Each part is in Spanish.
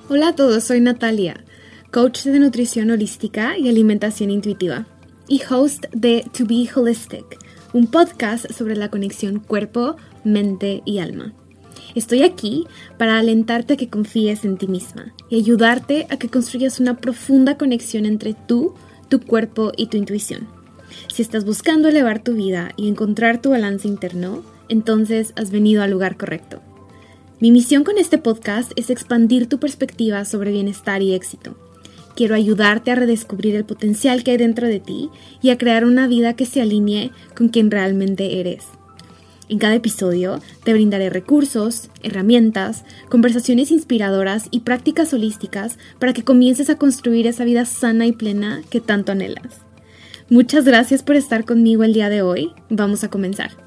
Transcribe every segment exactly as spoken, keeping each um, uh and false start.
Hola a todos, soy Natalia, coach de nutrición holística y alimentación intuitiva y host de To Be Holistic, un podcast sobre la conexión cuerpo, mente y alma. Estoy aquí para alentarte a que confíes en ti misma y ayudarte a que construyas una profunda conexión entre tú, tu cuerpo y tu intuición. Si estás buscando elevar tu vida y encontrar tu balance interno, entonces has venido al lugar correcto. Mi misión con este podcast es expandir tu perspectiva sobre bienestar y éxito. Quiero ayudarte a redescubrir el potencial que hay dentro de ti y a crear una vida que se alinee con quien realmente eres. En cada episodio te brindaré recursos, herramientas, conversaciones inspiradoras y prácticas holísticas para que comiences a construir esa vida sana y plena que tanto anhelas. Muchas gracias por estar conmigo el día de hoy. Vamos a comenzar.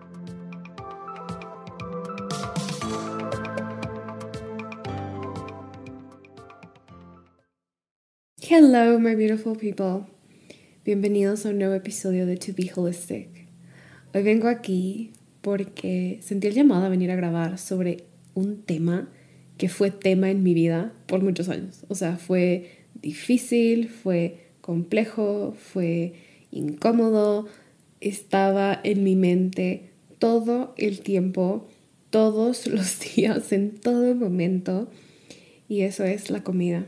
Hello, my beautiful people. Bienvenidos a un nuevo episodio de To Be Holistic. Hoy vengo aquí porque sentí el llamado a venir a grabar sobre un tema que fue tema en mi vida por muchos años. O sea, fue difícil, fue complejo, fue incómodo, estaba en mi mente todo el tiempo, todos los días, en todo momento, y eso es la comida.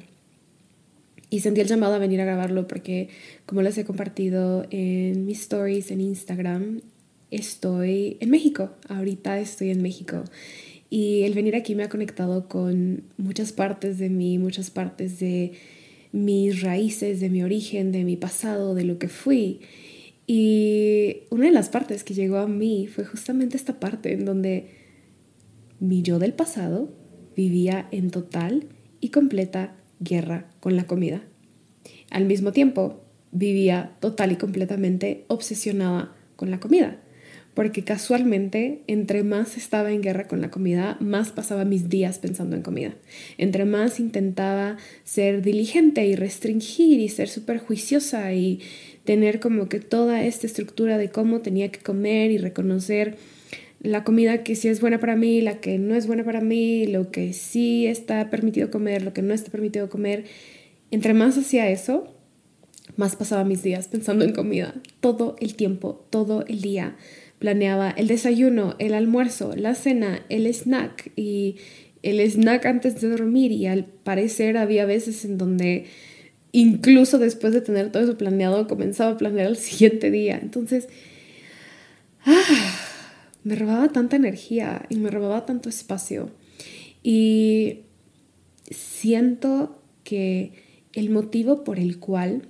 Y sentí el llamado a venir a grabarlo porque, como les he compartido en mis stories en Instagram, estoy en México. Ahorita estoy en México. Y el venir aquí me ha conectado con muchas partes de mí, muchas partes de mis raíces, de mi origen, de mi pasado, de lo que fui. Y una de las partes que llegó a mí fue justamente esta parte en donde mi yo del pasado vivía en total y completa guerra con la comida. Al mismo tiempo, vivía total y completamente obsesionada con la comida, porque casualmente, entre más estaba en guerra con la comida, más pasaba mis días pensando en comida. Entre más intentaba ser diligente y restringir y ser súper juiciosa y tener como que toda esta estructura de cómo tenía que comer y reconocer la comida que sí es buena para mí, la que no es buena para mí, lo que sí está permitido comer, lo que no está permitido comer. Entre más hacía eso, más pasaba mis días pensando en comida. Todo el tiempo, todo el día. Planeaba el desayuno, el almuerzo, la cena, el snack y el snack antes de dormir. Y al parecer había veces en donde incluso después de tener todo eso planeado, comenzaba a planear el siguiente día. Entonces, ¡ah! me robaba tanta energía y me robaba tanto espacio. Y siento que el motivo por el cual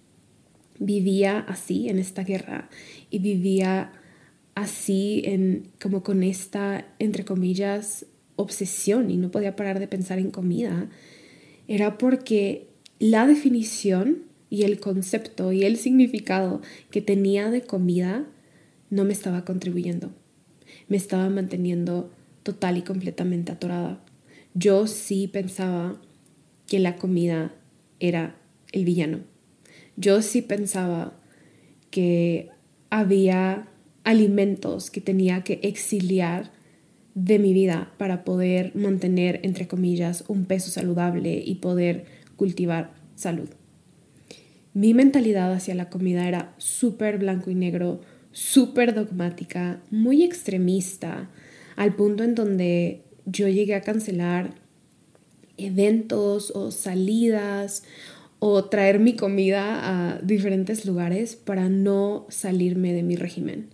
vivía así en esta guerra y vivía así en como con esta, entre comillas, obsesión y no podía parar de pensar en comida, era porque la definición y el concepto y el significado que tenía de comida no me estaba contribuyendo. Me estaba manteniendo total y completamente atorada. Yo sí pensaba que la comida era el villano. Yo sí pensaba que había alimentos que tenía que exiliar de mi vida para poder mantener, entre comillas, un peso saludable y poder cultivar salud. Mi mentalidad hacia la comida era súper blanco y negro, súper dogmática, muy extremista, al punto en donde yo llegué a cancelar eventos o salidas o traer mi comida a diferentes lugares para no salirme de mi régimen.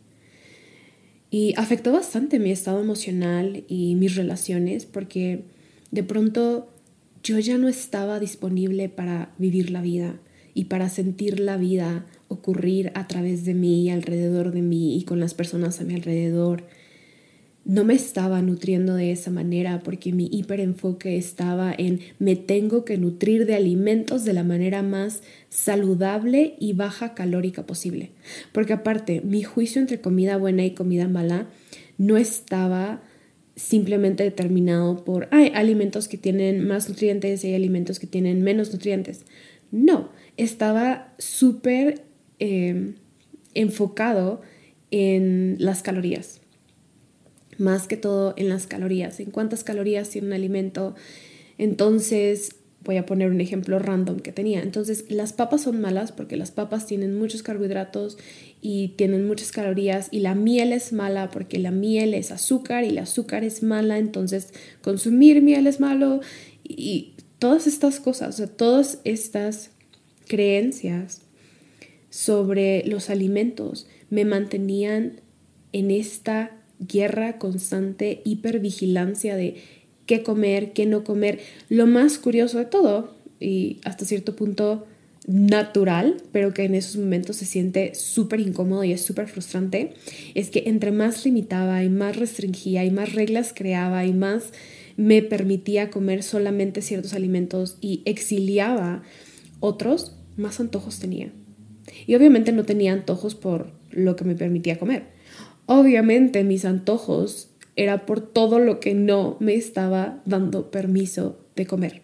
Y afectó bastante mi estado emocional y mis relaciones porque de pronto yo ya no estaba disponible para vivir la vida y para sentir la vida ocurrir a través de mí y alrededor de mí y con las personas a mi alrededor. No me estaba nutriendo de esa manera porque mi hiperenfoque estaba en me tengo que nutrir de alimentos de la manera más saludable y baja calórica posible. Porque aparte, mi juicio entre comida buena y comida mala no estaba simplemente determinado por hay alimentos que tienen más nutrientes y hay alimentos que tienen menos nutrientes. No, estaba súper eh, enfocado en las calorías. Más que todo en las calorías, en cuántas calorías tiene un alimento, Entonces, voy a poner un ejemplo random que tenía. Entonces, las papas son malas porque las papas tienen muchos carbohidratos y tienen muchas calorías, y la miel es mala porque la miel es azúcar y el azúcar es mala, entonces consumir miel es malo, y todas estas cosas, o sea, todas estas creencias sobre los alimentos me mantenían en esta guerra constante, hipervigilancia de qué comer, qué no comer. Lo más curioso de todo, y hasta cierto punto natural, pero que en esos momentos se siente súper incómodo y es súper frustrante, es que entre más limitaba y más restringía y más reglas creaba y más me permitía comer solamente ciertos alimentos y exiliaba otros, más antojos tenía. Y obviamente no tenía antojos por lo que me permitía comer. Obviamente mis antojos era por todo lo que no me estaba dando permiso de comer.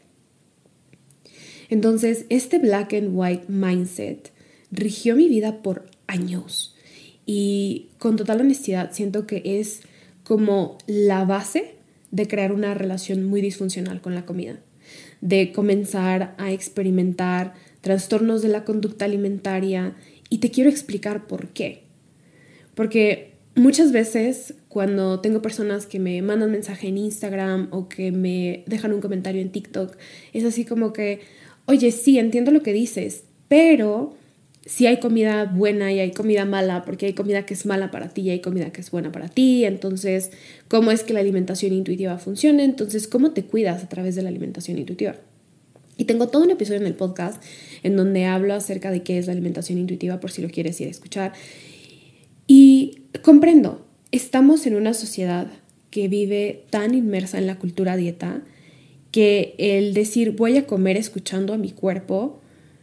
Entonces, este black and white mindset rigió mi vida por años. Y con total honestidad, siento que es como la base de crear una relación muy disfuncional con la comida. De comenzar a experimentar trastornos de la conducta alimentaria. Y te quiero explicar por qué. Porque muchas veces cuando tengo personas que me mandan mensaje en Instagram o que me dejan un comentario en TikTok, es así como que, oye, sí, entiendo lo que dices, pero sí hay comida buena y hay comida mala, porque hay comida que es mala para ti y hay comida que es buena para ti. Entonces, ¿cómo es que la alimentación intuitiva funciona? Entonces, ¿cómo te cuidas a través de la alimentación intuitiva? Y tengo todo un episodio en el podcast en donde hablo acerca de qué es la alimentación intuitiva, por si lo quieres ir a escuchar. Y comprendo, estamos en una sociedad que vive tan inmersa en la cultura dieta que el decir voy a comer escuchando a mi cuerpo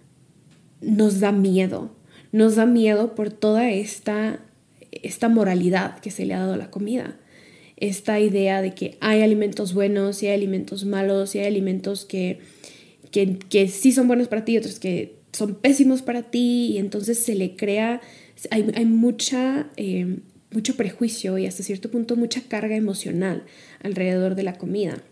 nos da miedo. Nos da miedo por toda esta, esta moralidad que se le ha dado a la comida. Esta idea de que hay alimentos buenos y hay alimentos malos y hay alimentos que, que, que sí son buenos para ti y otros que son pésimos para ti, y entonces se le crea, hay, hay mucha, eh, mucho prejuicio y hasta cierto punto mucha carga emocional alrededor de la comida.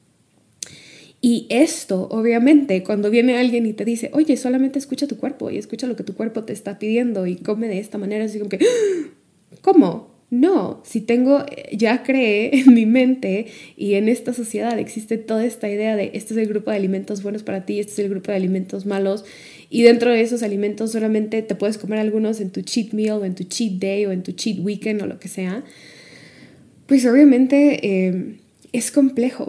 Y esto, obviamente, cuando viene alguien y te dice, oye, solamente escucha tu cuerpo y escucha lo que tu cuerpo te está pidiendo y come de esta manera, así como que, ¿cómo? No, si tengo, ya creé en mi mente y en esta sociedad existe toda esta idea de este es el grupo de alimentos buenos para ti, este es el grupo de alimentos malos, y dentro de esos alimentos solamente te puedes comer algunos en tu cheat meal o en tu cheat day o en tu cheat weekend o lo que sea. Pues obviamente eh, es complejo.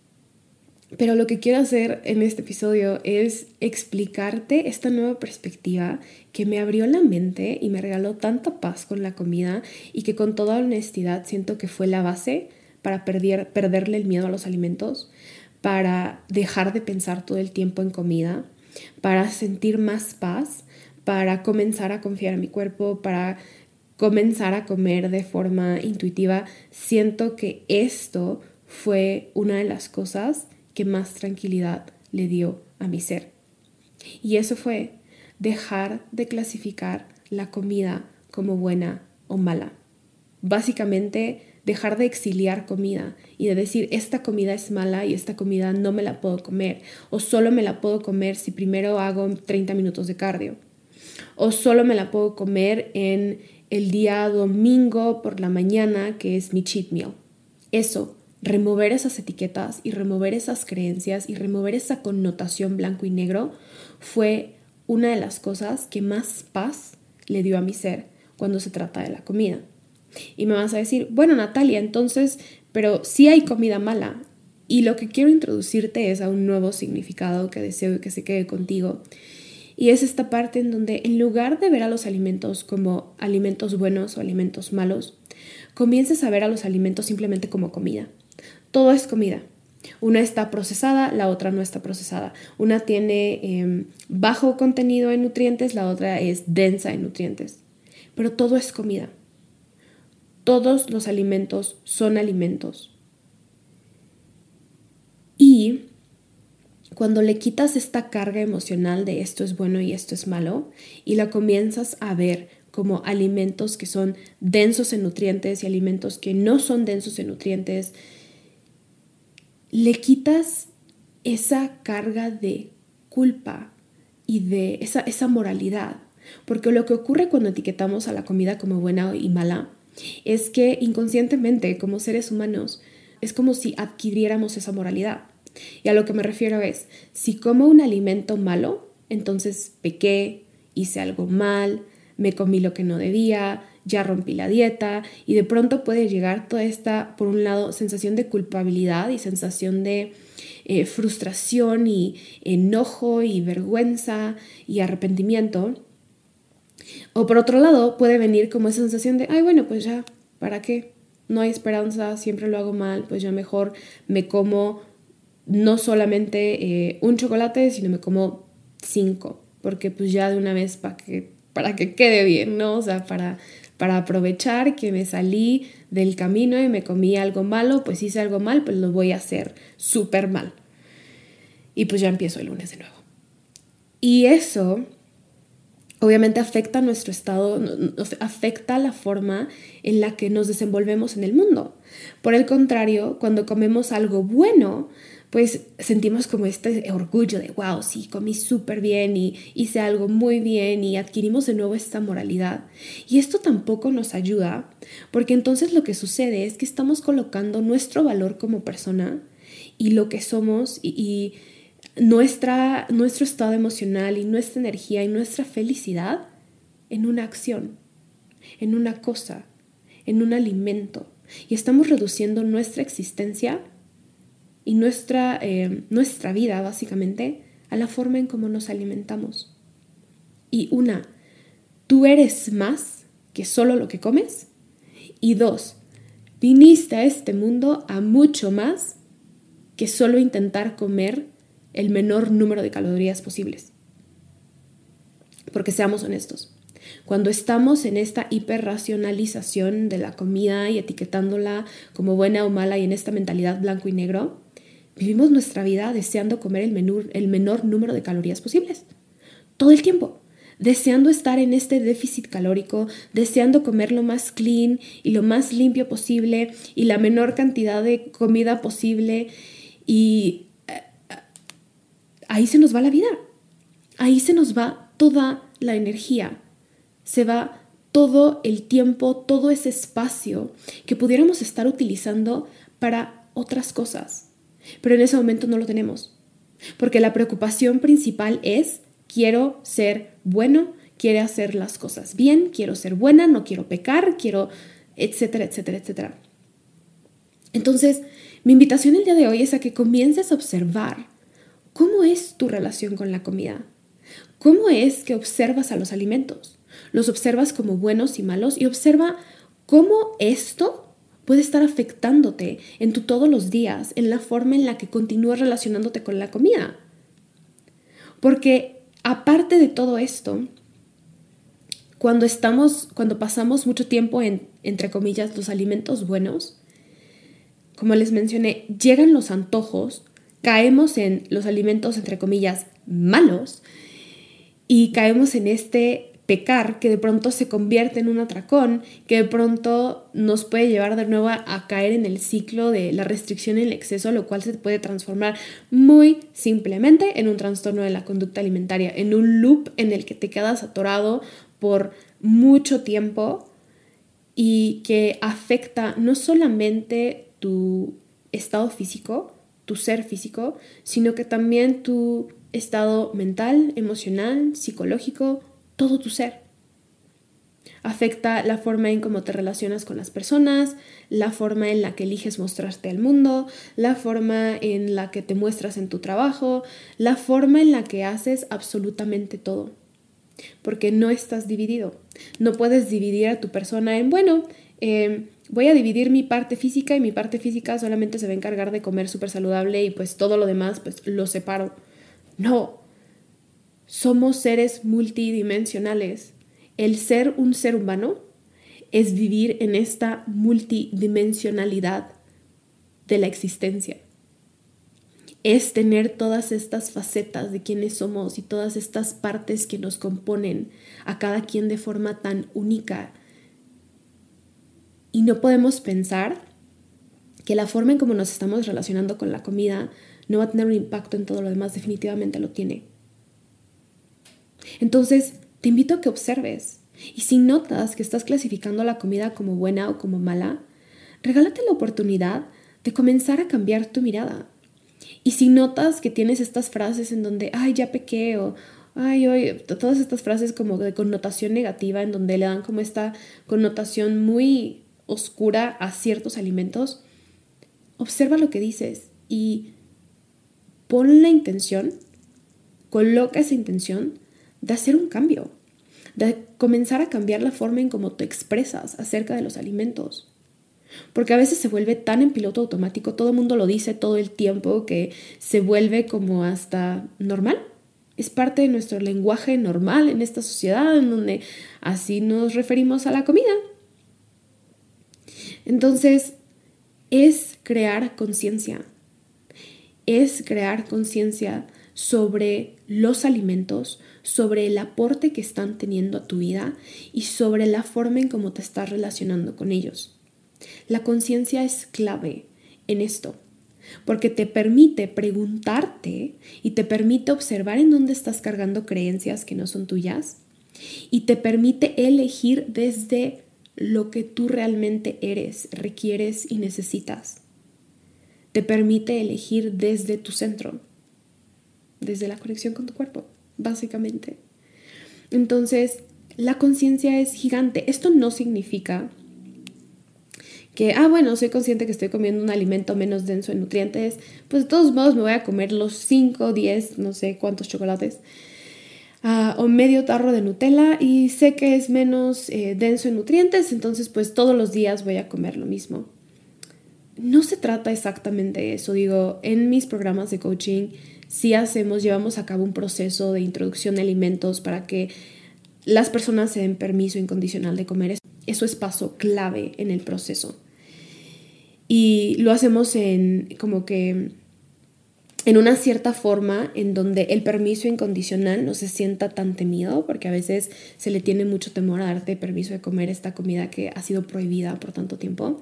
Pero lo que quiero hacer en este episodio es explicarte esta nueva perspectiva que me abrió la mente y me regaló tanta paz con la comida, y que con toda honestidad siento que fue la base para perder, perderle el miedo a los alimentos, para dejar de pensar todo el tiempo en comida, para sentir más paz, para comenzar a confiar en mi cuerpo, para comenzar a comer de forma intuitiva. Siento que esto fue una de las cosas que más tranquilidad le dio a mi ser. Y eso fue dejar de clasificar la comida como buena o mala. Básicamente, dejar de exiliar comida y de decir esta comida es mala y esta comida no me la puedo comer, o solo me la puedo comer si primero hago treinta minutos de cardio, o solo me la puedo comer en el día domingo por la mañana, que es mi cheat meal. Eso, remover esas etiquetas y remover esas creencias y remover esa connotación blanco y negro, fue una de las cosas que más paz le dio a mi ser cuando se trata de la comida. Y me vas a decir, bueno, Natalia, entonces, pero sí hay comida mala. Y lo que quiero introducirte es a un nuevo significado que deseo que se quede contigo. Y es esta parte en donde, en lugar de ver a los alimentos como alimentos buenos o alimentos malos, comiences a ver a los alimentos simplemente como comida. Todo es comida. Una está procesada, la otra no está procesada. Una tiene eh, bajo contenido en nutrientes, la otra es densa en nutrientes. Pero todo es comida. Todos los alimentos son alimentos. Y cuando le quitas esta carga emocional de esto es bueno y esto es malo, y la comienzas a ver como alimentos que son densos en nutrientes y alimentos que no son densos en nutrientes, le quitas esa carga de culpa y de esa, esa moralidad. Porque lo que ocurre cuando etiquetamos a la comida como buena y mala es que inconscientemente, como seres humanos, es como si adquiriéramos esa moralidad. Y a lo que me refiero es, si como un alimento malo, entonces pequé, hice algo mal, me comí lo que no debía, ya rompí la dieta, y de pronto puede llegar toda esta, por un lado, sensación de culpabilidad y sensación de eh, frustración y enojo y vergüenza y arrepentimiento. O por otro lado, puede venir como esa sensación de, ay, bueno, pues ya, ¿para qué? No hay esperanza, siempre lo hago mal, pues ya mejor me como no solamente eh, un chocolate, sino me como cinco, porque pues ya de una vez para que, para que quede bien, ¿no? O sea, para, para aprovechar que me salí del camino y me comí algo malo, pues hice algo mal, pues lo voy a hacer súper mal. Y pues ya empiezo el lunes de nuevo. Y eso obviamente afecta nuestro estado, afecta la forma en la que nos desenvolvemos en el mundo. Por el contrario, cuando comemos algo bueno, pues sentimos como este orgullo de, wow, sí, comí súper bien y hice algo muy bien y adquirimos de nuevo esta moralidad. Y esto tampoco nos ayuda, porque entonces lo que sucede es que estamos colocando nuestro valor como persona y lo que somos y... y Nuestra, nuestro estado emocional y nuestra energía y nuestra felicidad en una acción, en una cosa, en un alimento. Y estamos reduciendo nuestra existencia y nuestra, eh, nuestra vida, básicamente, a la forma en cómo nos alimentamos. Y una, tú eres más que solo lo que comes. Y dos, viniste a este mundo a mucho más que solo intentar comer el menor número de calorías posibles. Porque seamos honestos, cuando estamos en esta hiperracionalización de la comida y etiquetándola como buena o mala y en esta mentalidad blanco y negro, vivimos nuestra vida deseando comer el, menú, el menor número de calorías posibles. Todo el tiempo. Deseando estar en este déficit calórico, deseando comer lo más clean y lo más limpio posible y la menor cantidad de comida posible y ahí se nos va la vida, ahí se nos va toda la energía, se va todo el tiempo, todo ese espacio que pudiéramos estar utilizando para otras cosas, pero en ese momento no lo tenemos, porque la preocupación principal es, quiero ser bueno, quiero hacer las cosas bien, quiero ser buena, no quiero pecar, quiero, etcétera, etcétera, etcétera. Entonces, mi invitación el día de hoy es a que comiences a observar ¿cómo es tu relación con la comida? ¿Cómo es que observas a los alimentos? ¿Los observas como buenos y malos? Y observa cómo esto puede estar afectándote en tu todos los días, en la forma en la que continúas relacionándote con la comida. Porque aparte de todo esto, cuando estamos, cuando pasamos mucho tiempo en, entre comillas, los alimentos buenos, como les mencioné, llegan los antojos, caemos en los alimentos, entre comillas, malos y caemos en este pecar que de pronto se convierte en un atracón, que de pronto nos puede llevar de nuevo a, a caer en el ciclo de la restricción y el exceso, lo cual se puede transformar muy simplemente en un trastorno de la conducta alimentaria, en un loop en el que te quedas atorado por mucho tiempo y que afecta no solamente tu estado físico, tu ser físico, sino que también tu estado mental, emocional, psicológico, todo tu ser. Afecta la forma en cómo te relacionas con las personas, la forma en la que eliges mostrarte al mundo, la forma en la que te muestras en tu trabajo, la forma en la que haces absolutamente todo. Porque no estás dividido. No puedes dividir a tu persona en, bueno, eh, voy a dividir mi parte física y mi parte física solamente se va a encargar de comer súper saludable y pues todo lo demás pues lo separo. No, somos seres multidimensionales. El ser un ser humano es vivir en esta multidimensionalidad de la existencia. Es tener todas estas facetas de quiénes somos y todas estas partes que nos componen a cada quien de forma tan única. Y no podemos pensar que la forma en cómo nos estamos relacionando con la comida no va a tener un impacto en todo lo demás, definitivamente lo tiene. Entonces, te invito a que observes. Y si notas que estás clasificando la comida como buena o como mala, regálate la oportunidad de comenzar a cambiar tu mirada. Y si notas que tienes estas frases en donde, ay, ya pequé, o ay, hoy, todas estas frases como de connotación negativa, en donde le dan como esta connotación muy oscura a ciertos alimentos, observa lo que dices y pon la intención, coloca esa intención de hacer un cambio, de comenzar a cambiar la forma en cómo te expresas acerca de los alimentos. Porque a veces se vuelve tan en piloto automático, todo el mundo lo dice todo el tiempo, que se vuelve como hasta normal. Es parte de nuestro lenguaje normal en esta sociedad en donde así nos referimos a la comida. Entonces, es crear conciencia. Es crear conciencia sobre los alimentos, sobre el aporte que están teniendo a tu vida y sobre la forma en cómo te estás relacionando con ellos. La conciencia es clave en esto, porque te permite preguntarte y te permite observar en dónde estás cargando creencias que no son tuyas y te permite elegir desde lo que tú realmente eres, requieres y necesitas. Te permite elegir desde tu centro, desde la conexión con tu cuerpo, básicamente. Entonces, la conciencia es gigante. Esto no significa que, ah, bueno, soy consciente que estoy comiendo un alimento menos denso en nutrientes, pues de todos modos me voy a comer los cinco, diez, no sé cuántos chocolates, uh, o medio tarro de Nutella y sé que es menos eh, denso en nutrientes, entonces pues todos los días voy a comer lo mismo. No se trata exactamente de eso. Digo, en mis programas de coaching sí hacemos, llevamos a cabo un proceso de introducción de alimentos para que las personas se den permiso incondicional de comer. Eso es paso clave en el proceso. Y lo hacemos en como que en una cierta forma en donde el permiso incondicional no se sienta tan temido, porque a veces se le tiene mucho temor a darte permiso de comer esta comida que ha sido prohibida por tanto tiempo.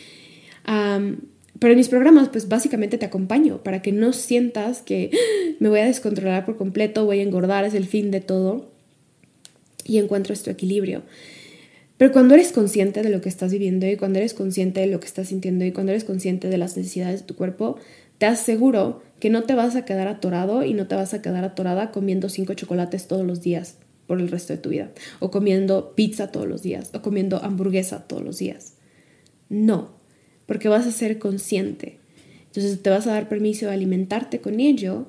Um, pero en mis programas pues básicamente te acompaño para que no sientas que me voy a descontrolar por completo, voy a engordar, es el fin de todo, y encuentro este equilibrio. Pero cuando eres consciente de lo que estás viviendo y cuando eres consciente de lo que estás sintiendo y cuando eres consciente de las necesidades de tu cuerpo, te aseguro que no te vas a quedar atorado y no te vas a quedar atorada comiendo cinco chocolates todos los días por el resto de tu vida, o comiendo pizza todos los días, o comiendo hamburguesa todos los días. No, porque vas a ser consciente. Entonces te vas a dar permiso de alimentarte con ello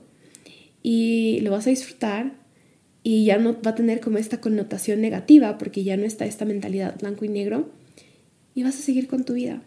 y lo vas a disfrutar. Y ya no va a tener como esta connotación negativa porque ya no está esta mentalidad blanco y negro y vas a seguir con tu vida.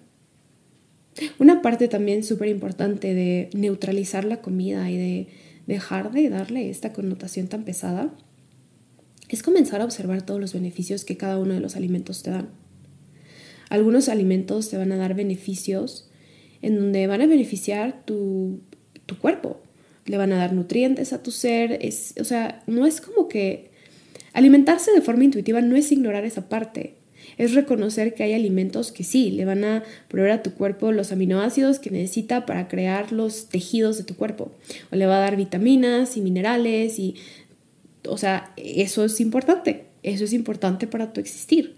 Una parte también súper importante de neutralizar la comida y de dejar de darle esta connotación tan pesada es comenzar a observar todos los beneficios que cada uno de los alimentos te dan. Algunos alimentos te van a dar beneficios en donde van a beneficiar tu, tu cuerpo. Le van a dar nutrientes a tu ser, es, o sea, no es como que alimentarse de forma intuitiva no es ignorar esa parte, es reconocer que hay alimentos que sí, le van a proveer a tu cuerpo los aminoácidos que necesita para crear los tejidos de tu cuerpo, o le va a dar vitaminas y minerales, y, o sea, eso es importante, eso es importante para tu existir.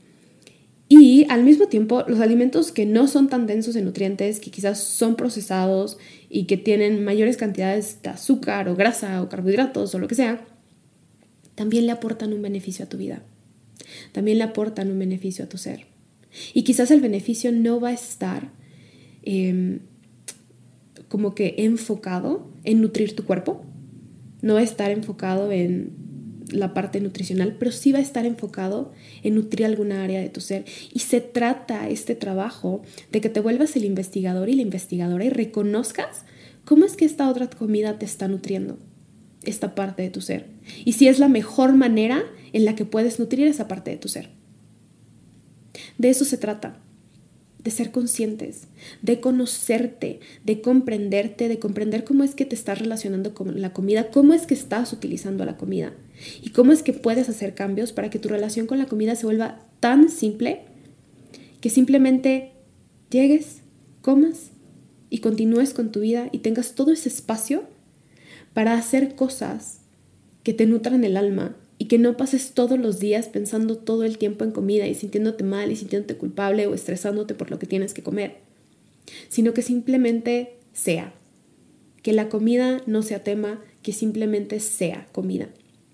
Y al mismo tiempo, los alimentos que no son tan densos en nutrientes, que quizás son procesados y que tienen mayores cantidades de azúcar o grasa o carbohidratos o lo que sea, también le aportan un beneficio a tu vida. También le aportan un beneficio a tu ser. Y quizás el beneficio no va a estar eh, como que enfocado en nutrir tu cuerpo. No va a estar enfocado en la parte nutricional, pero sí va a estar enfocado en nutrir alguna área de tu ser. Y se trata este trabajo de que te vuelvas el investigador y la investigadora y reconozcas cómo es que esta otra comida te está nutriendo, esta parte de tu ser. Y si es la mejor manera en la que puedes nutrir esa parte de tu ser. De eso se trata. De ser conscientes, de conocerte, de comprenderte, de comprender cómo es que te estás relacionando con la comida, cómo es que estás utilizando la comida y cómo es que puedes hacer cambios para que tu relación con la comida se vuelva tan simple que simplemente llegues, comas y continúes con tu vida y tengas todo ese espacio para hacer cosas que te nutran el alma y que no pases todos los días pensando todo el tiempo en comida y sintiéndote mal y sintiéndote culpable o estresándote por lo que tienes que comer, sino que simplemente sea, que la comida no sea tema, que simplemente sea comida.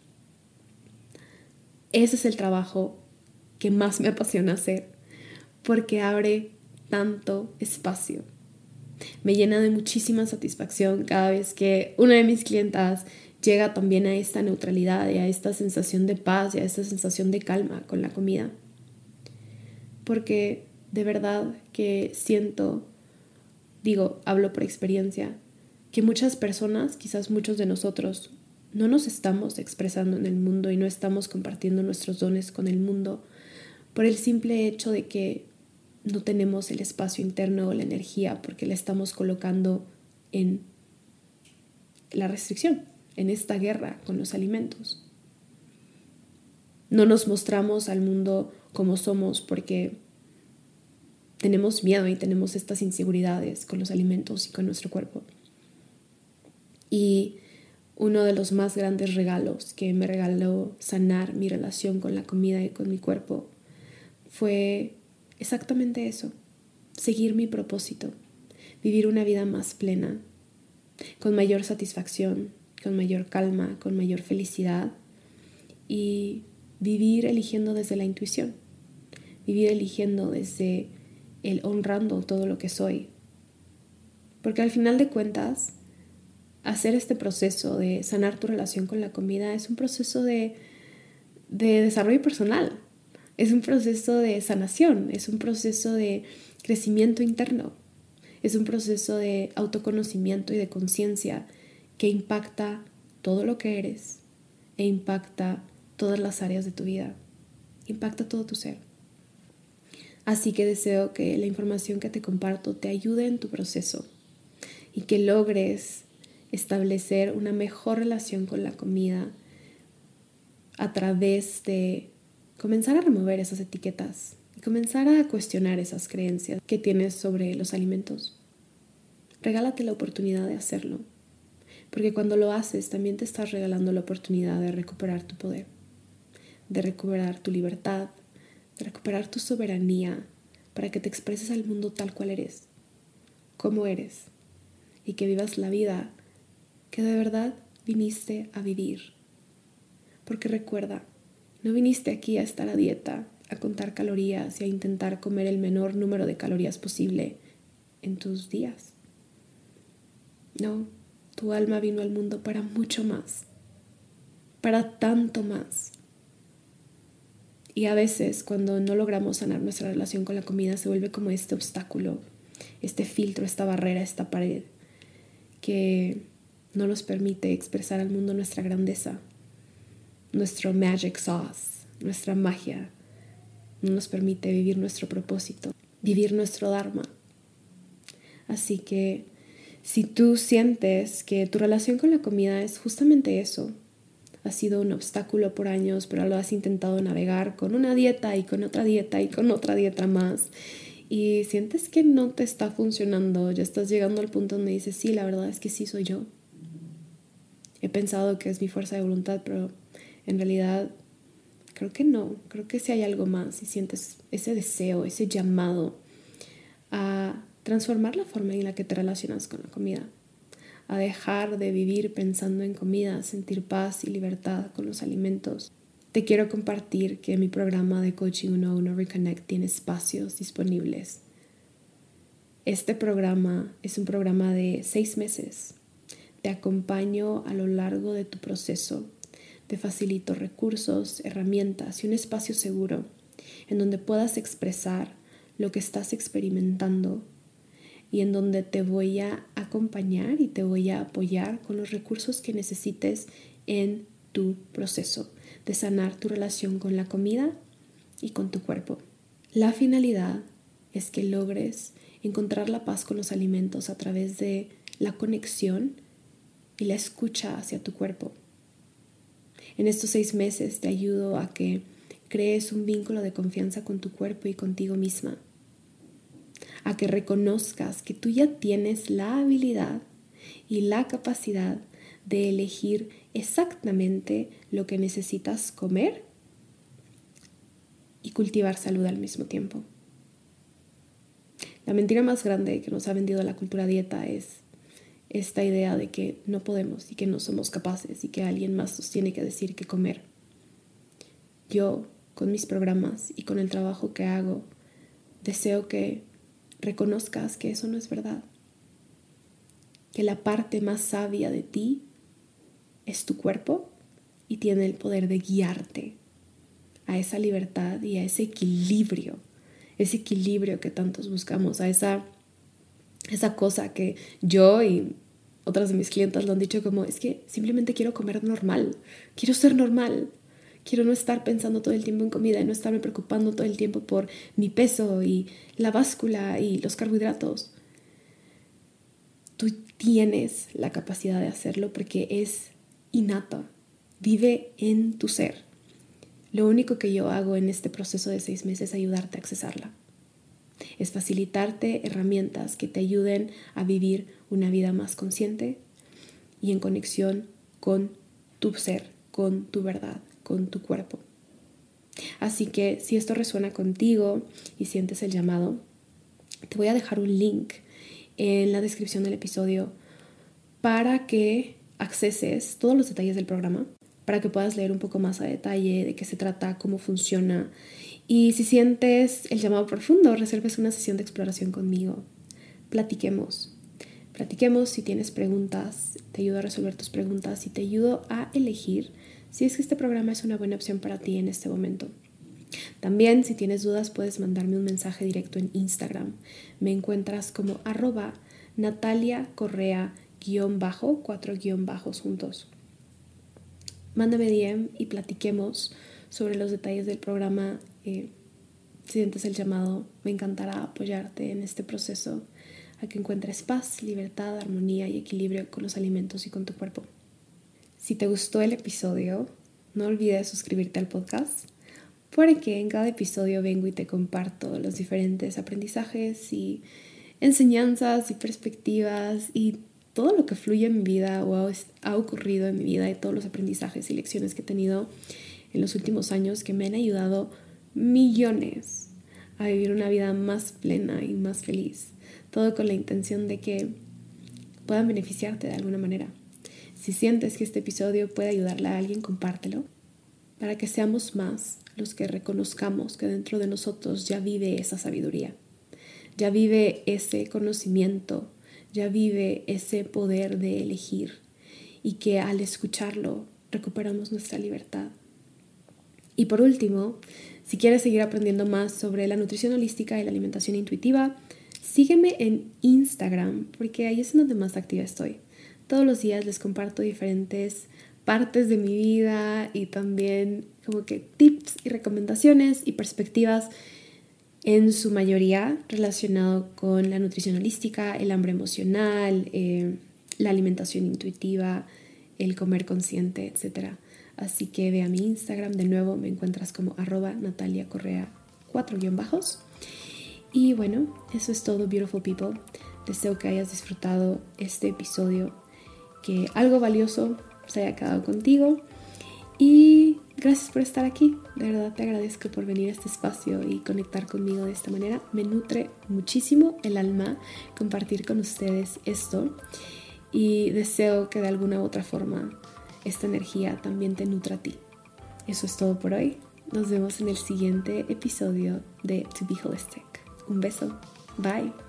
Ese es el trabajo que más me apasiona hacer porque abre tanto espacio. Me llena de muchísima satisfacción cada vez que una de mis clientas llega también a esta neutralidad y a esta sensación de paz y a esta sensación de calma con la comida. Porque de verdad que siento, digo, hablo por experiencia, que muchas personas, quizás muchos de nosotros, no nos estamos expresando en el mundo y no estamos compartiendo nuestros dones con el mundo por el simple hecho de que no tenemos el espacio interno o la energía porque la estamos colocando en la restricción, en esta guerra con los alimentos. No nos mostramos al mundo como somos porque tenemos miedo y tenemos estas inseguridades con los alimentos y con nuestro cuerpo. Y uno de los más grandes regalos que me regaló sanar mi relación con la comida y con mi cuerpo fue exactamente eso, seguir mi propósito, vivir una vida más plena, con mayor satisfacción, con mayor calma, con mayor felicidad y vivir eligiendo desde la intuición, vivir eligiendo desde el honrando todo lo que soy. Porque al final de cuentas, hacer este proceso de sanar tu relación con la comida es un proceso de, de desarrollo personal, es un proceso de sanación, es un proceso de crecimiento interno, es un proceso de autoconocimiento y de conciencia que impacta todo lo que eres e impacta todas las áreas de tu vida, impacta todo tu ser. Así que deseo que la información que te comparto te ayude en tu proceso y que logres establecer una mejor relación con la comida a través de comenzar a remover esas etiquetas y comenzar a cuestionar esas creencias que tienes sobre los alimentos. Regálate la oportunidad de hacerlo, porque cuando lo haces también te estás regalando la oportunidad de recuperar tu poder, de recuperar tu libertad, de recuperar tu soberanía para que te expreses al mundo tal cual eres, como eres, y que vivas la vida que de verdad viniste a vivir. Porque recuerda, no viniste aquí a estar a dieta, a contar calorías y a intentar comer el menor número de calorías posible en tus días. No, tu alma vino al mundo para mucho más, para tanto más. Y a veces cuando no logramos sanar nuestra relación con la comida se vuelve como este obstáculo, este filtro, esta barrera, esta pared que no nos permite expresar al mundo nuestra grandeza, nuestro magic sauce, nuestra magia. No nos permite vivir nuestro propósito, vivir nuestro dharma. Así que si tú sientes que tu relación con la comida es justamente eso, ha sido un obstáculo por años, pero lo has intentado navegar con una dieta y con otra dieta y con otra dieta más, y sientes que no te está funcionando, ya estás llegando al punto donde dices, sí, la verdad es que sí soy yo. He pensado que es mi fuerza de voluntad, pero en realidad creo que no, creo que sí hay algo más y sientes ese deseo, ese llamado a transformar la forma en la que te relacionas con la comida, a dejar de vivir pensando en comida, a sentir paz y libertad con los alimentos. Te quiero compartir que mi programa de Coaching uno a uno Reconnect tiene espacios disponibles. Este programa es un programa de seis meses. Te acompaño a lo largo de tu proceso. Te facilito recursos, herramientas y un espacio seguro en donde puedas expresar lo que estás experimentando y en donde te voy a acompañar y te voy a apoyar con los recursos que necesites en tu proceso de sanar tu relación con la comida y con tu cuerpo. La finalidad es que logres encontrar la paz con los alimentos a través de la conexión y la escucha hacia tu cuerpo. En estos seis meses te ayudo a que crees un vínculo de confianza con tu cuerpo y contigo misma, a que reconozcas que tú ya tienes la habilidad y la capacidad de elegir exactamente lo que necesitas comer y cultivar salud al mismo tiempo. La mentira más grande que nos ha vendido la cultura dieta es esta idea de que no podemos y que no somos capaces y que alguien más nos tiene que decir qué comer. Yo, con mis programas y con el trabajo que hago, deseo que reconozcas que eso no es verdad. Que la parte más sabia de ti es tu cuerpo y tiene el poder de guiarte a esa libertad y a ese equilibrio, ese equilibrio que tantos buscamos, a esa, esa cosa que yo y otras de mis clientas lo han dicho como, es que simplemente quiero comer normal, quiero ser normal, quiero no estar pensando todo el tiempo en comida y no estarme preocupando todo el tiempo por mi peso y la báscula y los carbohidratos. Tú tienes la capacidad de hacerlo porque es innata, vive en tu ser. Lo único que yo hago en este proceso de seis meses es ayudarte a accesarla. Es facilitarte herramientas que te ayuden a vivir una vida más consciente y en conexión con tu ser, con tu verdad, con tu cuerpo. Así que si esto resuena contigo y sientes el llamado, te voy a dejar un link en la descripción del episodio para que acceses todos los detalles del programa, para que puedas leer un poco más a detalle de qué se trata, cómo funciona. Y si sientes el llamado profundo, reserves una sesión de exploración conmigo. Platiquemos. Platiquemos si tienes preguntas, te ayudo a resolver tus preguntas y te ayudo a elegir si es que este programa es una buena opción para ti en este momento. También, si tienes dudas, puedes mandarme un mensaje directo en Instagram. Me encuentras como arroba Natalia Correa guión bajo, cuatro guión bajos juntos. Mándame D M y platiquemos sobre los detalles del programa. Eh, si sientes el llamado, me encantará apoyarte en este proceso a que encuentres paz, libertad, armonía y equilibrio con los alimentos y con tu cuerpo. Si te gustó el episodio, no olvides suscribirte al podcast, porque en cada episodio vengo y te comparto los diferentes aprendizajes y enseñanzas y perspectivas y todo lo que fluye en mi vida o ha, ha ocurrido en mi vida y todos los aprendizajes y lecciones que he tenido en los últimos años que me han ayudado millones a vivir una vida más plena y más feliz. Todo con la intención de que puedan beneficiarte de alguna manera. Si sientes que este episodio puede ayudarle a alguien, compártelo para que seamos más los que reconozcamos que dentro de nosotros ya vive esa sabiduría, ya vive ese conocimiento, ya vive ese poder de elegir y que al escucharlo recuperamos nuestra libertad. Y por último, si quieres seguir aprendiendo más sobre la nutrición holística y la alimentación intuitiva, sígueme en Instagram porque ahí es donde más activa estoy. Todos los días les comparto diferentes partes de mi vida y también como que tips y recomendaciones y perspectivas, en su mayoría relacionado con la nutrición holística, el hambre emocional, eh, la alimentación intuitiva, el comer consciente, etcétera. Así que ve a mi Instagram, de nuevo me encuentras como arroba Natalia Correa cuatro guión bajos. Y bueno, eso es todo, beautiful people. Deseo que hayas disfrutado este episodio, que algo valioso se haya quedado contigo y gracias por estar aquí. De verdad te agradezco por venir a este espacio y conectar conmigo de esta manera. Me nutre muchísimo el alma compartir con ustedes esto y deseo que de alguna u otra forma esta energía también te nutra a ti. Eso es todo por hoy. Nos vemos en el siguiente episodio de To Be Holistic. Un beso. Bye.